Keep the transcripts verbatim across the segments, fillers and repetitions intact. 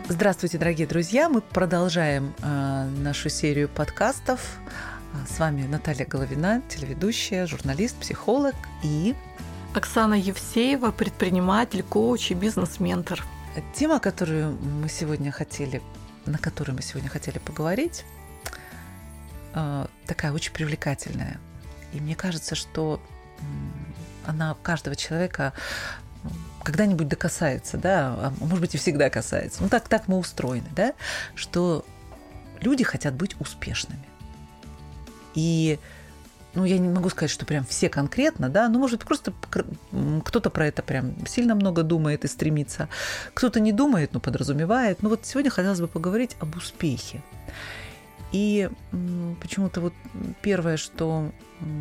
Здравствуйте, дорогие друзья! Мы продолжаем э, нашу серию подкастов. С вами Наталья Головина, телеведущая, журналист, психолог и... Оксана Евсеева, предприниматель, коуч и бизнес-ментор. Тема, которую мы сегодня хотели, на которую мы сегодня хотели поговорить, э, такая очень привлекательная. И мне кажется, что э, она каждого человека когда-нибудь докасается, да, а может быть и всегда касается. Ну так, так мы устроены, да, что люди хотят быть успешными. И, ну, я не могу сказать, что прям все конкретно, да, но, может быть, просто кто-то про это прям сильно много думает и стремится, кто-то не думает, но подразумевает. Но вот сегодня хотелось бы поговорить об успехе. И почему-то вот первое, что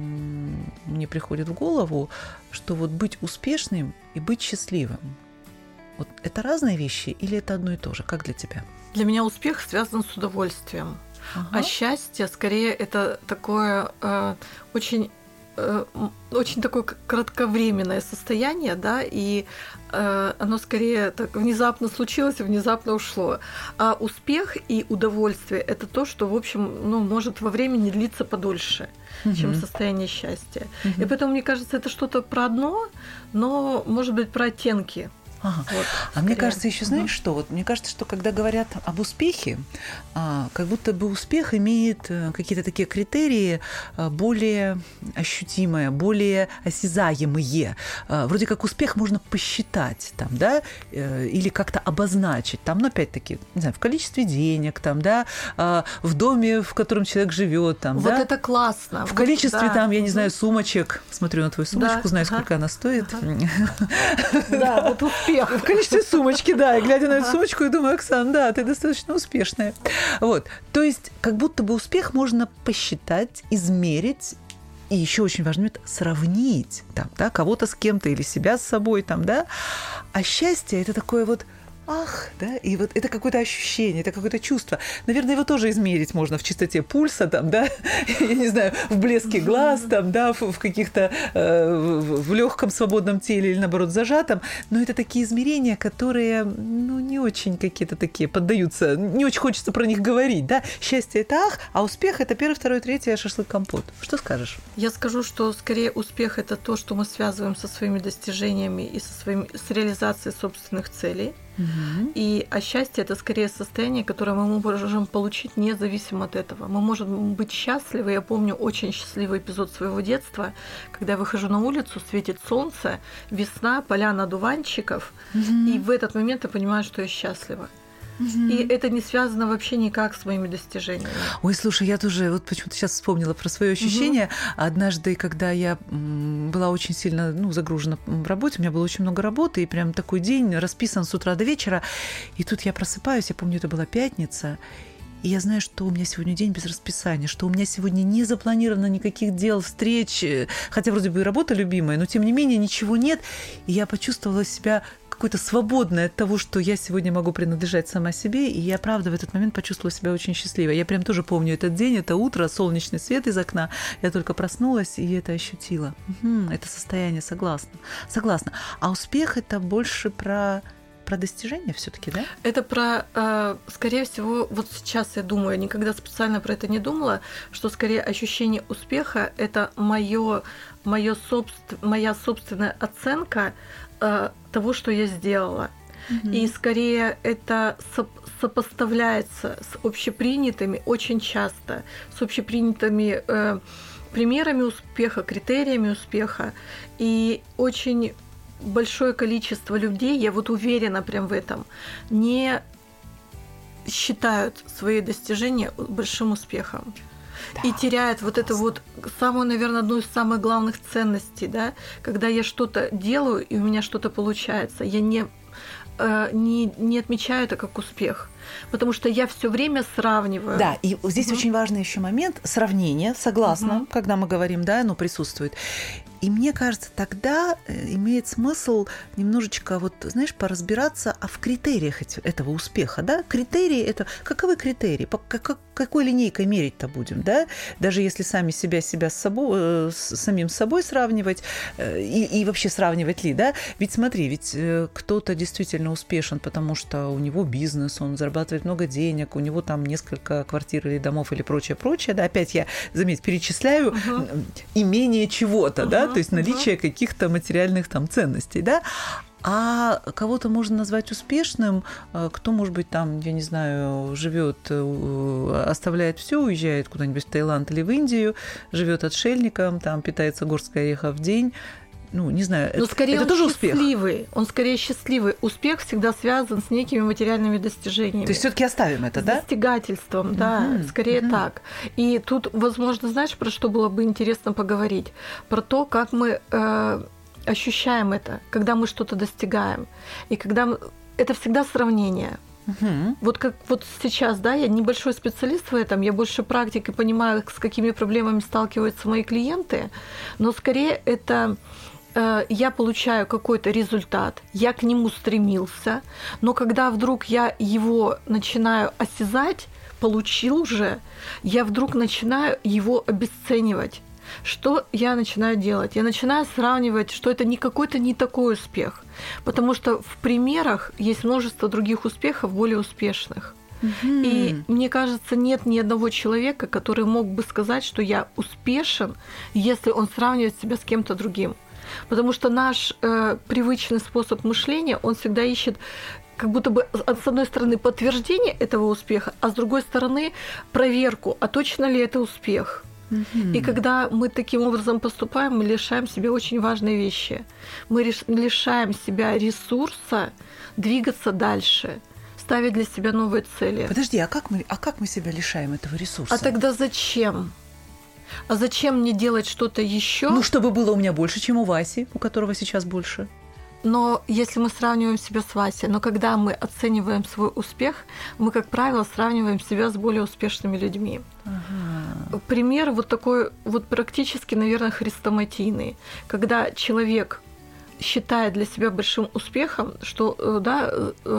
мне приходит в голову, что вот быть успешным и быть счастливым, вот это разные вещи или это одно и то же? Как для тебя? Для меня успех связан с удовольствием, ага. А счастье, скорее, это такое э, очень, э, очень такое кратковременное состояние, да, и э, оно скорее так внезапно случилось и внезапно ушло. А успех и удовольствие – это то, что, в общем, ну, может во времени длиться подольше, угу. чем состояние счастья. Угу. И поэтому, мне кажется, это что-то про одно, но, может быть, про оттенки. Ага. Вот, а мне кажется, еще знаешь, что? Вот, мне кажется, что когда говорят об успехе, а, как будто бы успех имеет какие-то такие критерии а, более ощутимые, более осязаемые. А, вроде как успех можно посчитать, там, да, или как-то обозначить, там, ну, опять-таки, не знаю, в количестве денег, там, да, а, в доме, в котором человек живет, там, вот да. это классно. В вот, количестве, да. там, я не знаю, сумочек. Смотрю на твою сумочку, да. знаю, ага. сколько она стоит. Ага. Да, вот успех. В количестве сумочки, да. И глядя на эту сумочку, я думаю, Оксана, да, ты достаточно успешная. Вот. То есть, как будто бы успех можно посчитать, измерить, и еще очень важный момент – сравнить там, да, кого-то с кем-то или себя с собой. Там, да. А счастье – это такое вот ах, да, и вот это какое-то ощущение, это какое-то чувство. Наверное, его тоже измерить можно в чистоте пульса, там, да, я не знаю, в блеске глаз, там, да, в, в каких-то, э, в, в легком свободном теле или, наоборот, зажатом. Но это такие измерения, которые, ну, не очень какие-то такие поддаются, не очень хочется про них говорить, да. Счастье – это ах, а успех – это первый, второй, третий, шашлык-компот. Что скажешь? Я скажу, что скорее успех – это то, что мы связываем со своими достижениями и со своими, с реализацией собственных целей. Угу. И, а счастье – это скорее состояние, которое мы можем получить независимо от этого. Мы можем быть счастливы. Я помню очень счастливый эпизод своего детства, когда я выхожу на улицу, светит солнце, весна, поляна одуванчиков, угу. и в этот момент я понимаю, что я счастлива. Угу. И это не связано вообще никак с моими достижениями. Ой, слушай, я тоже вот почему-то сейчас вспомнила про свои ощущения. Угу. Однажды, когда я была очень сильно, ну, загружена в работе, у меня было очень много работы, и прям такой день расписан с утра до вечера. И тут я просыпаюсь, я помню, это была пятница, и я знаю, что у меня сегодня день без расписания, что у меня сегодня не запланировано никаких дел, встреч, хотя вроде бы и работа любимая, но тем не менее ничего нет. И я почувствовала себя какой-то свободной от того, что я сегодня могу принадлежать сама себе, и я, правда, в этот момент почувствовала себя очень счастливой. Я прям тоже помню этот день, это утро, солнечный свет из окна. Я только проснулась и это ощутила. Угу, это состояние, согласна. Согласна. А успех – это больше про... про достижения все-таки, да? Это про, э, скорее всего, вот сейчас я думаю, я никогда специально про это не думала, что скорее ощущение успеха – это моё, моё собст... моя собственная оценка э, того, что я сделала. Mm-hmm. И скорее это соп- сопоставляется с общепринятыми очень часто, с общепринятыми э, примерами успеха, критериями успеха. И очень большое количество людей, я вот уверена прям в этом, не считают свои достижения большим успехом. Да, и теряют вот это вот самую, наверное, одну из самых главных ценностей, да, когда я что-то делаю, и у меня что-то получается, я не, э, не, не отмечаю это как успех. Потому что я все время сравниваю. Да, и здесь угу. очень важный еще момент сравнения, согласна, угу. когда мы говорим, да, оно присутствует. И мне кажется, тогда имеет смысл немножечко, вот, знаешь, поразбираться а в критериях этого успеха, да? Критерии – это каковы критерии? По как, какой линейкой мерить-то будем, да? Даже если сами себя, себя с, собой, с самим собой сравнивать и, и вообще сравнивать ли, да? Ведь смотри, ведь кто-то действительно успешен, потому что у него бизнес, он зарабатывает много денег, у него там несколько квартир или домов или прочее, прочее, да? Опять я, заметь, перечисляю uh-huh. имение чего-то, uh-huh. да? То есть наличие uh-huh. каких-то материальных там ценностей, да? А кого-то можно назвать успешным, кто, может быть, там, я не знаю, живет, оставляет все, уезжает куда-нибудь в Таиланд или в Индию, живет отшельником, там питается горсткой орехов в день. Ну, не знаю, Но это, скорее это он тоже счастливый. успех. Он скорее счастливый. Успех всегда связан с некими материальными достижениями. То есть все-таки оставим это, с да? Достигательством, да, uh-huh. скорее uh-huh. так. И тут, возможно, знаешь, про что было бы интересно поговорить? Про то, как мы э, ощущаем это, когда мы что-то достигаем. И когда мы... Это всегда сравнение. Uh-huh. Вот как вот сейчас, да, я небольшой специалист в этом, я больше практик и понимаю, с какими проблемами сталкиваются мои клиенты, но скорее это... я получаю какой-то результат, я к нему стремился, но когда вдруг я его начинаю осязать, получил уже, я вдруг начинаю его обесценивать. Что я начинаю делать? Я начинаю сравнивать, что это не какой-то не такой успех, потому что в примерах есть множество других успехов, более успешных. Mm-hmm. И мне кажется, нет ни одного человека, который мог бы сказать, что я успешен, если он сравнивает себя с кем-то другим. Потому что наш э, привычный способ мышления, он всегда ищет как будто бы, с одной стороны, подтверждение этого успеха, а с другой стороны, проверку, а точно ли это успех. Mm-hmm. И когда мы таким образом поступаем, мы лишаем себя очень важной вещи. Мы лишаем себя ресурса двигаться дальше, ставить для себя новые цели. Подожди, а как мы, а как мы себя лишаем этого ресурса? А тогда зачем? А зачем мне делать что-то еще? Ну, чтобы было у меня больше, чем у Васи, у которого сейчас больше. Но если мы сравниваем себя с Васей, но когда мы оцениваем свой успех, мы, как правило, сравниваем себя с более успешными людьми. Ага. Пример вот такой, вот практически, наверное, хрестоматийный. Когда человек считает для себя большим успехом, что, да,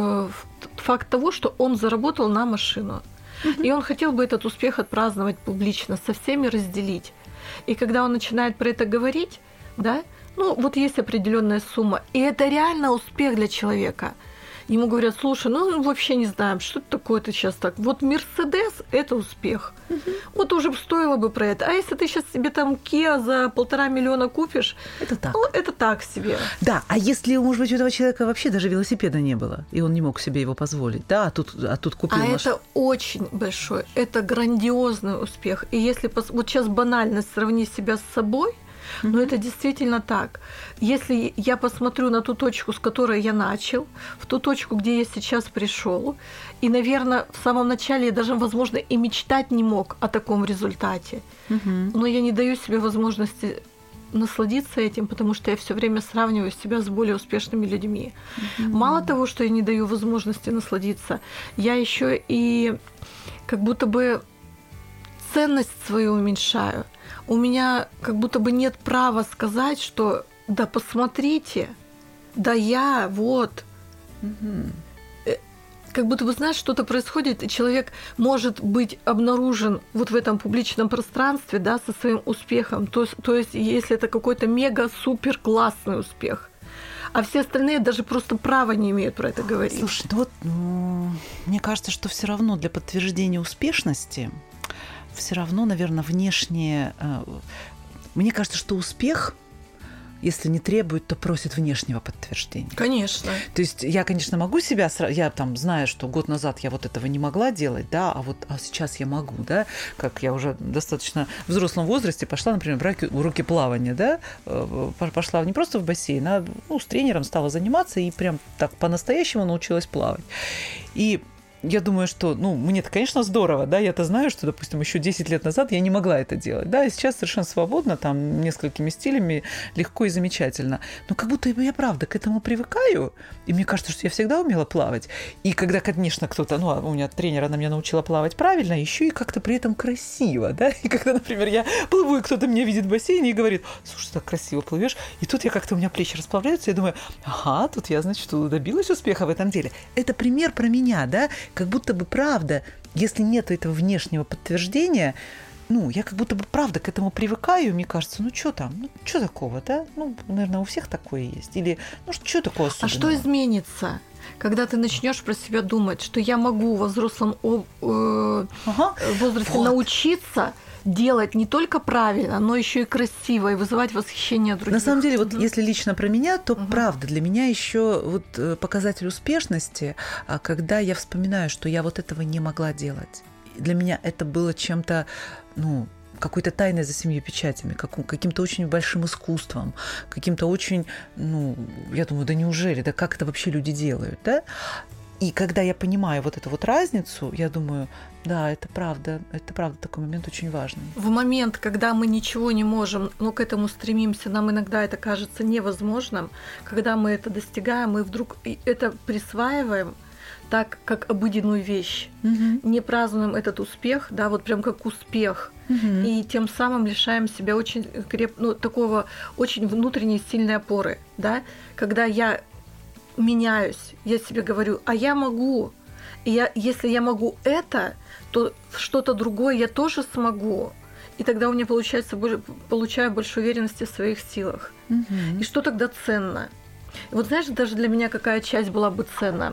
факт того, что он заработал на машину. Uh-huh. И он хотел бы этот успех отпраздновать публично, со всеми разделить. И когда он начинает про это говорить, да, ну вот есть определенная сумма, и это реально успех для человека. Ему говорят: слушай, ну вообще не знаем, что это такое-то сейчас так. Вот Мерседес – это успех. Uh-huh. Вот уже стоило бы про это. А если ты сейчас себе там Kia за полтора миллиона купишь, это так. Ну, это так себе. Да, а если, может быть, у этого человека вообще даже велосипеда не было, и он не мог себе его позволить, да, а тут, а тут купил А машину. Это очень большой, это грандиозный успех. И если вот сейчас банально сравнить себя с собой, Mm-hmm. но это действительно так. Если я посмотрю на ту точку, с которой я начал, в ту точку, где я сейчас пришел, и, наверное, в самом начале я даже, возможно, и мечтать не мог о таком результате, mm-hmm. но я не даю себе возможности насладиться этим, потому что я все время сравниваю себя с более успешными людьми. Mm-hmm. Мало того, что я не даю возможности насладиться, я еще и как будто бы ценность свою уменьшаю. У меня как будто бы нет права сказать, что да посмотрите, да я вот. Mm-hmm. Как будто бы, знаешь, что-то происходит, и человек может быть обнаружен вот в этом публичном пространстве, да, со своим успехом. То есть, то есть если это какой-то мега-супер классный успех. А все остальные даже просто права не имеют про это говорить. Слушай, ну вот ну, мне кажется, что все равно для подтверждения успешности все равно, наверное, внешнее... Мне кажется, что успех, если не требует, то просит внешнего подтверждения. Конечно. То есть я, конечно, могу себя... Я там знаю, что год назад я вот этого не могла делать, да, а вот а сейчас я могу, да, как я уже достаточно в взрослом возрасте пошла, например, в уроки плавания, да, пошла не просто в бассейн, а ну, с тренером стала заниматься и прям так по-настоящему научилась плавать. И я думаю, что, ну, мне-то, конечно, здорово, да, я-то знаю, что, допустим, еще десять лет назад я не могла это делать, да, и сейчас совершенно свободно, там, несколькими стилями, легко и замечательно. Но как будто я, правда, к этому привыкаю, и мне кажется, что я всегда умела плавать. И когда, конечно, кто-то, ну, у меня тренер, она меня научила плавать правильно, еще и как-то при этом красиво, да, и когда, например, я плыву, и кто-то меня видит в бассейне и говорит: слушай, так красиво плывешь, и тут я как-то, у меня плечи расплавляются, я думаю: ага, тут я, значит, добилась успеха в этом деле. Это пример про меня, да, как будто бы правда, если нет этого внешнего подтверждения, ну, я как будто бы правда к этому привыкаю, мне кажется, ну, что там, ну, что такого, да? Ну, наверное, у всех такое есть. Или, ну, что такого особенного? А что изменится, когда ты начнешь про себя думать, что я могу во взрослом об, э, ага. возрасте вот. научиться делать не только правильно, но еще и красиво, и вызывать восхищение других. На самом деле, вот mm-hmm. если лично про меня, то mm-hmm. правда, для меня еще вот показатель успешности, когда я вспоминаю, что я вот этого не могла делать. Для меня это было чем-то, ну, какой-то тайной за семью печатями, каким-то очень большим искусством, каким-то очень, ну, я думаю, да неужели, да как это вообще люди делают, да? И когда я понимаю вот эту вот разницу, я думаю, да, это правда, это правда такой момент очень важный. В момент, когда мы ничего не можем, но к этому стремимся, нам иногда это кажется невозможным, когда мы это достигаем, мы вдруг это присваиваем так, как обыденную вещь, угу. не празднуем этот успех, да, вот прям как успех, угу. и тем самым лишаем себя очень креп... ну, такого очень внутренней сильной опоры, да, когда я меняюсь, я себе говорю, а я могу, и я, если я могу это, то что-то другое я тоже смогу, и тогда у меня получается, получаю больше уверенности в своих силах. Угу. И что тогда ценно? И вот знаешь, даже для меня какая часть была бы ценна?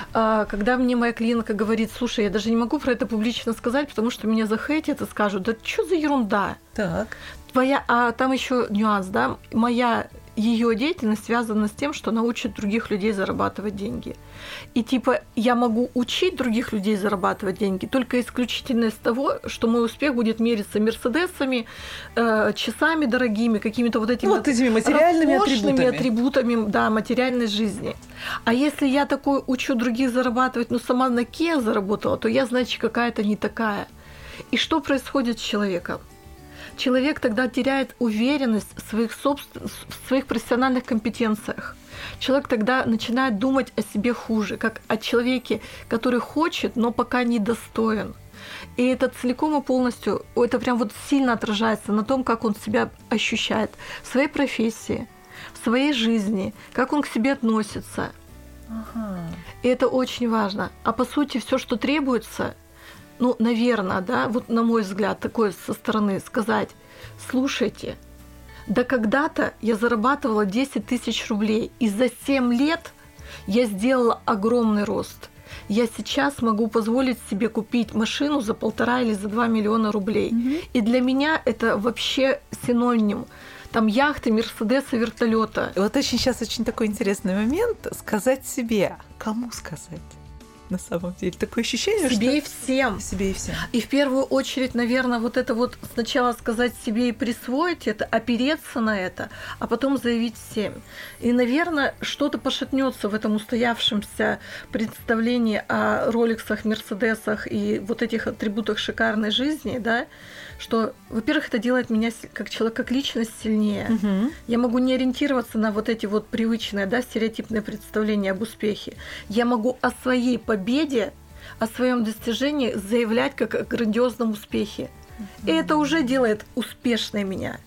Когда мне моя клиентка говорит: слушай, я даже не могу про это публично сказать, потому что меня захейтят и скажут: да что за ерунда? Так. Твоя, а там еще нюанс, да? Моя ее деятельность связана с тем, что она учит других людей зарабатывать деньги. И типа я могу учить других людей зарабатывать деньги только исключительно из того, что мой успех будет мериться мерседесами, э, часами дорогими, какими-то вот этими, вот этими материальными атрибутами. атрибутами, да, материальной жизни. А если я такой учу других зарабатывать, но сама на Kia заработала, то я, значит, какая-то не такая. И что происходит с человеком? Человек тогда теряет уверенность в своих, собствен... в своих профессиональных компетенциях. Человек тогда начинает думать о себе хуже, как о человеке, который хочет, но пока не достоин. И это целиком и полностью, это прям вот сильно отражается на том, как он себя ощущает в своей профессии, в своей жизни, как он к себе относится. Ага. И это очень важно. А по сути, все, что требуется, ну, наверное, да, вот на мой взгляд, такое со стороны сказать: слушайте, да когда-то я зарабатывала десять тысяч рублей, и за семь лет я сделала огромный рост. Я сейчас могу позволить себе купить машину за полтора или за два миллиона рублей. Mm-hmm. И для меня это вообще синоним. Там яхты, мерседесы, вертолета. Вот очень сейчас очень такой интересный момент сказать себе, кому сказать. На самом деле такое ощущение, себе что... и всем. Себе и всем. И в первую очередь, наверное, вот это вот сначала сказать себе и присвоить это, опереться на это, а потом заявить всем. И, наверное, что-то пошатнется в этом устоявшемся представлении о роликсах, мерседесах и вот этих атрибутах шикарной жизни, да, что, во-первых, это делает меня как человек, как личность сильнее. Угу. Я могу не ориентироваться на вот эти вот привычные, да, стереотипные представления об успехе. Я могу о своей победе, о своем достижении заявлять как о грандиозном успехе. Угу. И это уже делает успешной меня.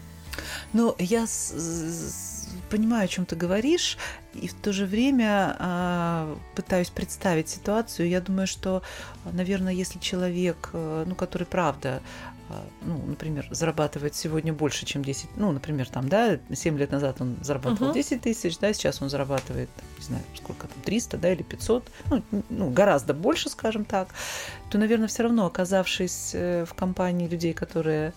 Ну, я с- с- понимаю, о чем ты говоришь, и в то же время э, пытаюсь представить ситуацию. Я думаю, что, наверное, если человек, э, ну, который правда, э, ну, например, зарабатывает сегодня больше, чем десять, ну, например, там, да, семь лет назад он зарабатывал uh-huh. десять тысяч, да, сейчас он зарабатывает, не знаю, сколько там, триста, да, или пятьсот, ну, ну, гораздо больше, скажем так, то, наверное, все равно, оказавшись в компании людей, которые,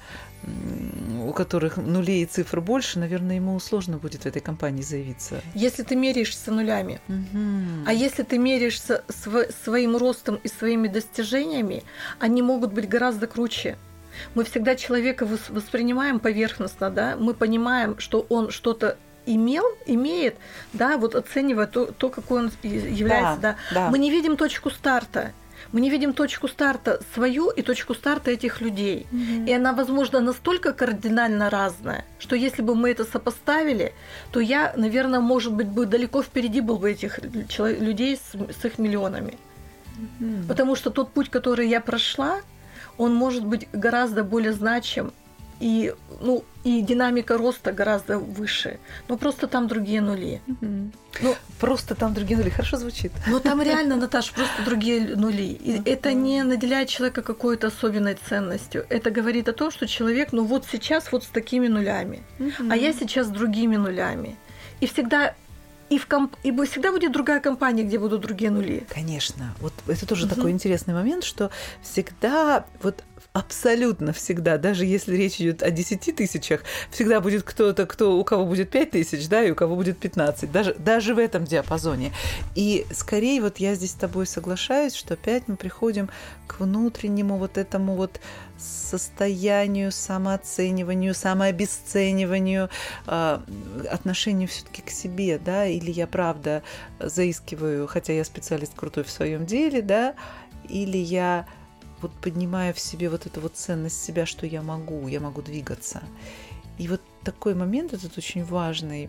у которых нулей и цифр больше, наверное, ему сложно будет в этой компании заявиться. Если ты меряешься нулями. Угу. А если ты меряешься св- своим ростом и своими достижениями, они могут быть гораздо круче. Мы всегда человека воспринимаем поверхностно, да? Мы понимаем, что он что-то имел, имеет, да, вот оценивая то, то какой он является, да, да, да. Мы не видим точку старта. Мы не видим точку старта свою и точку старта этих людей. Mm-hmm. И она, возможно, настолько кардинально разная, что если бы мы это сопоставили, то я, наверное, может быть, бы далеко впереди был бы этих людей с, с их миллионами. Mm-hmm. Потому что тот путь, который я прошла, он может быть гораздо более значим, и, ну, и динамика роста гораздо выше. Но просто там другие нули. Mm-hmm. Ну, просто там другие нули. Хорошо звучит. Ну, там реально, Наташа, просто другие нули. И mm-hmm. это не наделяет человека какой-то особенной ценностью. Это говорит о том, что человек, ну, вот сейчас вот с такими нулями, mm-hmm. а я сейчас с другими нулями. И всегда... И, в комп... и всегда будет другая компания, где будут другие нули. Конечно. Вот это тоже угу. такой интересный момент, что всегда, вот абсолютно всегда, даже если речь идет о десяти тысячах, всегда будет кто-то, кто, у кого будет пять тысяч, да, и у кого будет пятнадцать, даже, даже в этом диапазоне. И скорее вот я здесь с тобой соглашаюсь, что опять мы приходим к внутреннему вот этому вот состоянию, самооцениванию, самообесцениванию, э, отношению все-таки к себе, да, или я правда заискиваю, хотя я специалист крутой в своем деле, да, или я вот поднимаю в себе вот эту вот ценность себя, что я могу, я могу двигаться. И вот такой момент этот очень важный,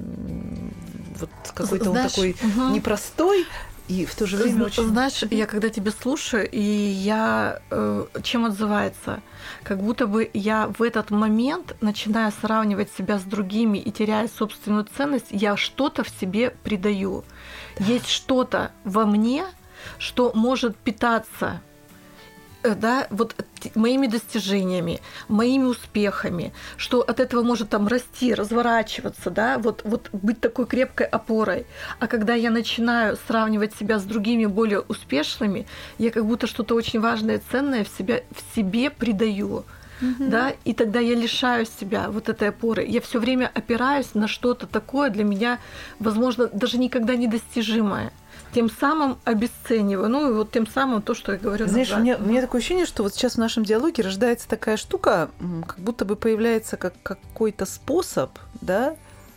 вот какой-то Знаешь, он такой угу. непростой, и в то же время очень... Знаешь, я когда тебя слушаю, и я... Э, чем отзывается? Как будто бы я в этот момент, начиная сравнивать себя с другими и теряя собственную ценность, я что-то в себе придаю. Да. Есть что-то во мне, что может питаться... да, вот моими достижениями, моими успехами, что от этого может там расти, разворачиваться, да, вот, вот быть такой крепкой опорой. А когда я начинаю сравнивать себя с другими более успешными, я как будто что-то очень важное и ценное в, себя, в себе придаю. Mm-hmm. Да, и тогда я лишаю себя вот этой опоры. Я все время опираюсь на что-то такое для меня, возможно, даже никогда недостижимое. Тем самым обесцениваю. Ну и вот тем самым то, что я говорю. Знаешь, у меня, у меня такое ощущение, что вот сейчас в нашем диалоге рождается такая штука, как будто бы появляется как какой-то способ, да,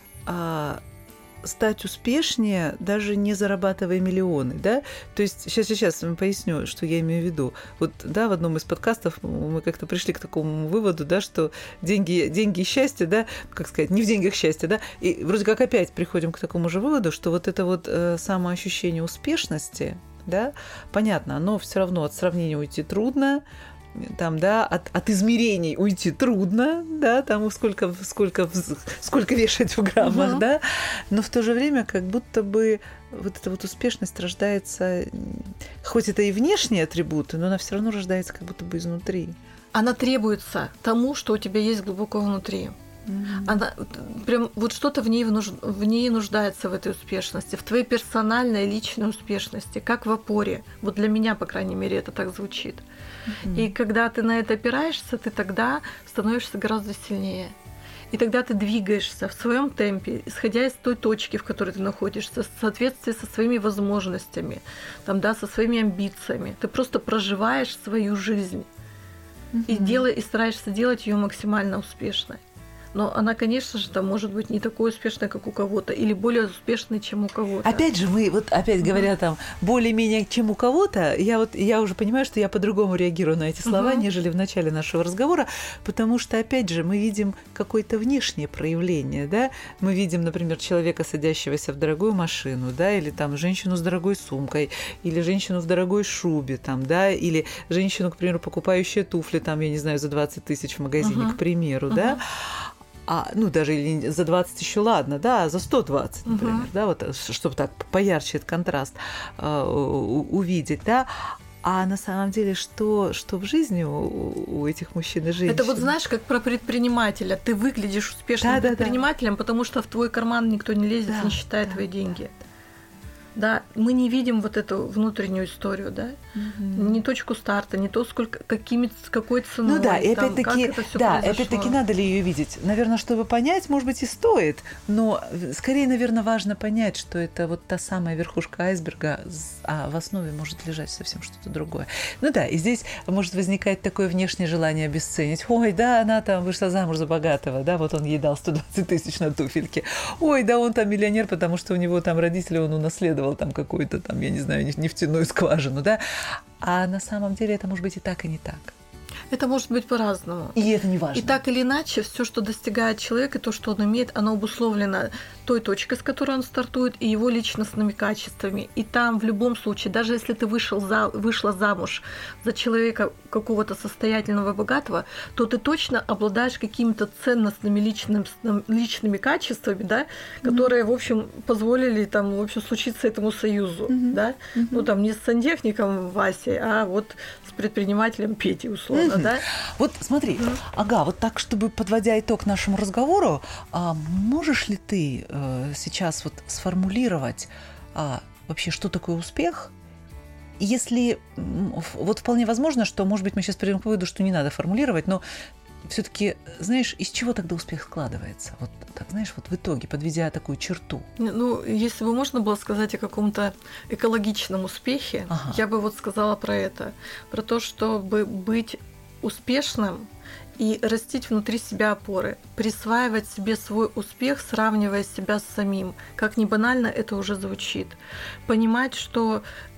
стать успешнее, даже не зарабатывая миллионы, да? То есть сейчас, сейчас я поясню, что я имею в виду. Вот, да, в одном из подкастов мы как-то пришли к такому выводу, да, что деньги, деньги и счастье, да, как сказать, не в деньгах счастье, да, и вроде как опять приходим к такому же выводу, что вот это вот э, самоощущение успешности, да, понятно, оно все равно от сравнения уйти трудно, там, да, от, от измерений уйти трудно, да, там сколько, сколько, сколько вешать в граммах, uh-huh. да, но в то же время как будто бы вот эта вот успешность рождается, хоть это и внешние атрибуты, но она все равно рождается как будто бы изнутри. Она требуется тому, что у тебя есть глубоко внутри. Mm-hmm. Она прям вот что-то в ней, внуж... в ней нуждается в этой успешности, в твоей персональной личной успешности, как в опоре. Вот для меня, по крайней мере, это так звучит. Mm-hmm. И когда ты на это опираешься, ты тогда становишься гораздо сильнее. И тогда ты двигаешься в своем темпе, исходя из той точки, в которой ты находишься, в соответствии со своими возможностями, там, да, со своими амбициями. Ты просто проживаешь свою жизнь mm-hmm. и, делай, и стараешься делать ее максимально успешной. Но она, конечно же, там может быть не такой успешной, как у кого-то, или более успешной, чем у кого-то. Опять же, мы, вот опять говоря, там, более-менее, чем у кого-то, я вот я уже понимаю, что я по-другому реагирую на эти слова, uh-huh. нежели в начале нашего разговора, потому что, опять же, мы видим какое-то внешнее проявление, да, мы видим, например, человека, садящегося в дорогую машину, да, или там женщину с дорогой сумкой, или женщину в дорогой шубе, там, да, или женщину, к примеру, покупающую туфли, там, я не знаю, за двадцать тысяч в магазине, uh-huh. к примеру, uh-huh. да. А, ну, даже за двадцать еще ладно, да, за сто двадцать, например, uh-huh. да, вот, чтобы так поярче этот контраст э, увидеть, да. А на самом деле, что, что в жизни у, у этих мужчин и женщин? Это вот знаешь, как про предпринимателя. Ты выглядишь успешным да, предпринимателем, да, да. потому что в твой карман никто не лезет, да, не считает да, твои деньги. да, мы не видим вот эту внутреннюю историю, да, Мгм. не точку старта, не то, сколько, какими, с какой ценой, Ну да, и там, как опять-таки, это всё да, произошло. опять-таки надо ли ее видеть? Наверное, чтобы понять, может быть, и стоит, но э, скорее, наверное, важно понять, что это вот та самая верхушка айсберга, з- а в основе может лежать совсем что-то другое. Ну да, и здесь может возникать такое внешнее желание обесценить. Ой, да, она там вышла замуж за богатого, да, вот он ей дал сто двадцать тысяч на туфельки. Ой, да, он там миллионер, потому что у него там родители, он унаследовал там какую-то там, я не знаю, неф- нефтяную скважину, да. А на самом деле это может быть и так, и не так. Это может быть по-разному. И это не важно. И так или иначе, все, что достигает человек, и то, что он имеет, оно обусловлено той точкой, с которой он стартует, и его личностными качествами. И там в любом случае, даже если ты вышел за, вышла замуж за человека какого-то состоятельного, богатого, то ты точно обладаешь какими-то ценностными личным, личными качествами, да, которые, в общем, позволили там, в общем, случиться этому союзу. Мгм. Да? Мгм. Ну, там, не с сантехником Васей, а вот с предпринимателем Петей, условно. Мгм. Да? Вот смотри, Мгм. ага, вот так, чтобы подводя итог нашему разговору, а можешь ли ты э, сейчас вот сформулировать а, вообще, что такое успех? И если м, ф- вот вполне возможно, что, может быть, мы сейчас придем к выводу, что не надо формулировать, но все-таки, знаешь, из чего тогда успех складывается? Вот так, знаешь, вот в итоге, подведя такую черту. Ну, если бы можно было сказать о каком-то экологичном успехе, Ага. я бы вот сказала про это. Про то, чтобы быть успешным и растить внутри себя опоры, присваивать себе свой успех, сравнивая себя с самим. Как ни банально это уже звучит. Понимать, что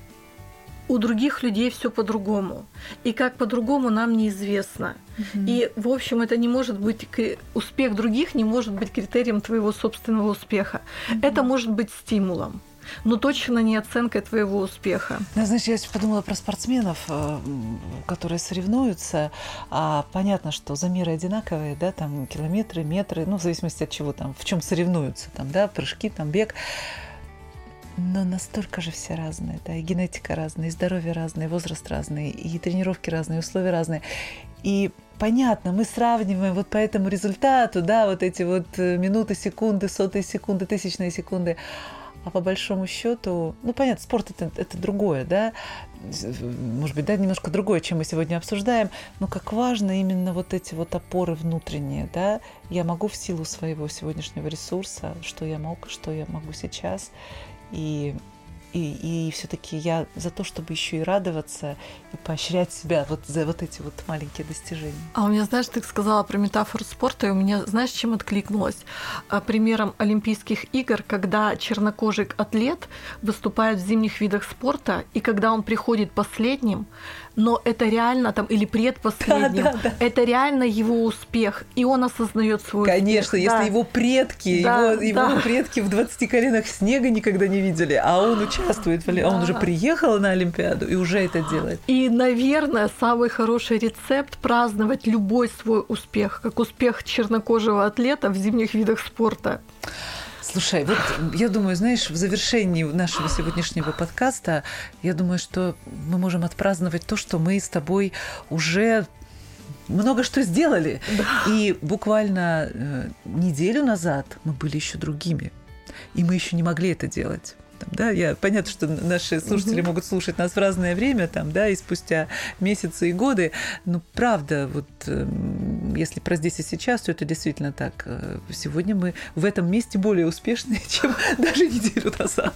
у других людей все по-другому. И как по-другому нам неизвестно. И, в общем, это не может быть, кри- успех других не может быть критерием твоего собственного успеха. Это может быть стимулом, но точно не оценкой твоего успеха. Ну, знаешь, я подумала про спортсменов, э, м, которые соревнуются. А понятно, что замеры одинаковые, да, там километры, метры, ну, в зависимости от чего там, в чем соревнуются, там, да, прыжки, там, бег. Но настолько же все разные, да, и генетика разная, и здоровье разное, и возраст разный, и тренировки разные, и условия разные. И понятно, мы сравниваем вот по этому результату, да, вот эти вот э, минуты, секунды, сотые секунды, тысячные секунды. А по большому счету, ну, понятно, спорт это, это другое, да, может быть, да, немножко другое, чем мы сегодня обсуждаем, но как важно именно вот эти вот опоры внутренние, да, я могу в силу своего сегодняшнего ресурса, что я мог, что я могу сейчас, и, и, и все-таки я за то, чтобы еще и радоваться и поощрять себя вот за вот эти вот маленькие достижения. А у меня, знаешь, ты сказала про метафору спорта, и у меня, знаешь, чем откликнулось? А, Примером Олимпийских игр, когда чернокожий атлет выступает в зимних видах спорта, и когда он приходит последним, но это реально там, или предпоследним, Да, да, да. это реально его успех, и он осознает свой Конечно, успех. если Да. его предки, Да, его, его да. предки в двадцати коленах снега никогда не видели, а он участвует, в Оли- а он Да. уже приехал на Олимпиаду и уже это делает. И, наверное, самый хороший рецепт праздновать любой свой успех, как успех чернокожего атлета в зимних видах спорта. Слушай, вот я думаю, знаешь, в завершении нашего сегодняшнего подкаста, я думаю, что мы можем отпраздновать то, что мы с тобой уже много что сделали. Да. И буквально э, неделю назад мы были еще другими, и мы еще не могли это делать. Там, да, я, понятно, что наши слушатели Мгм. могут слушать нас в разное время, там, да, и спустя месяцы и годы, но правда, вот эм, если про здесь и сейчас, то это действительно так. Э, Сегодня мы в этом месте более успешные, чем даже неделю назад,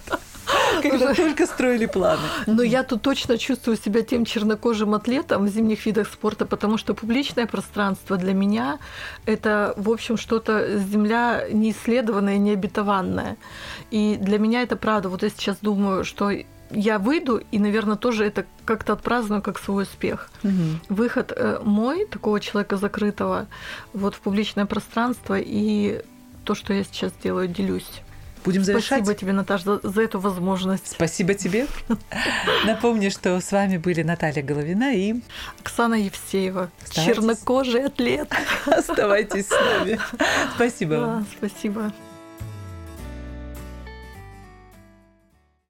когда только строили планы. Но я тут точно чувствую себя тем чернокожим атлетом в зимних видах спорта, потому что публичное пространство для меня — это, в общем, что-то земля неисследованная, необетованная. И для меня это правда. Вот я сейчас думаю, что я выйду и, наверное, тоже это как-то отпраздную как свой успех. Мгм. Выход э, мой, такого человека закрытого, вот в публичное пространство, и то, что я сейчас делаю, делюсь. Будем завершать. Спасибо тебе, Наташа, за, за эту возможность. Спасибо тебе. Напомню, что с вами были Наталья Головина и Оксана Евсеева, Оставайтесь. чернокожий атлет. оставайтесь с нами. Спасибо вам. Да, спасибо.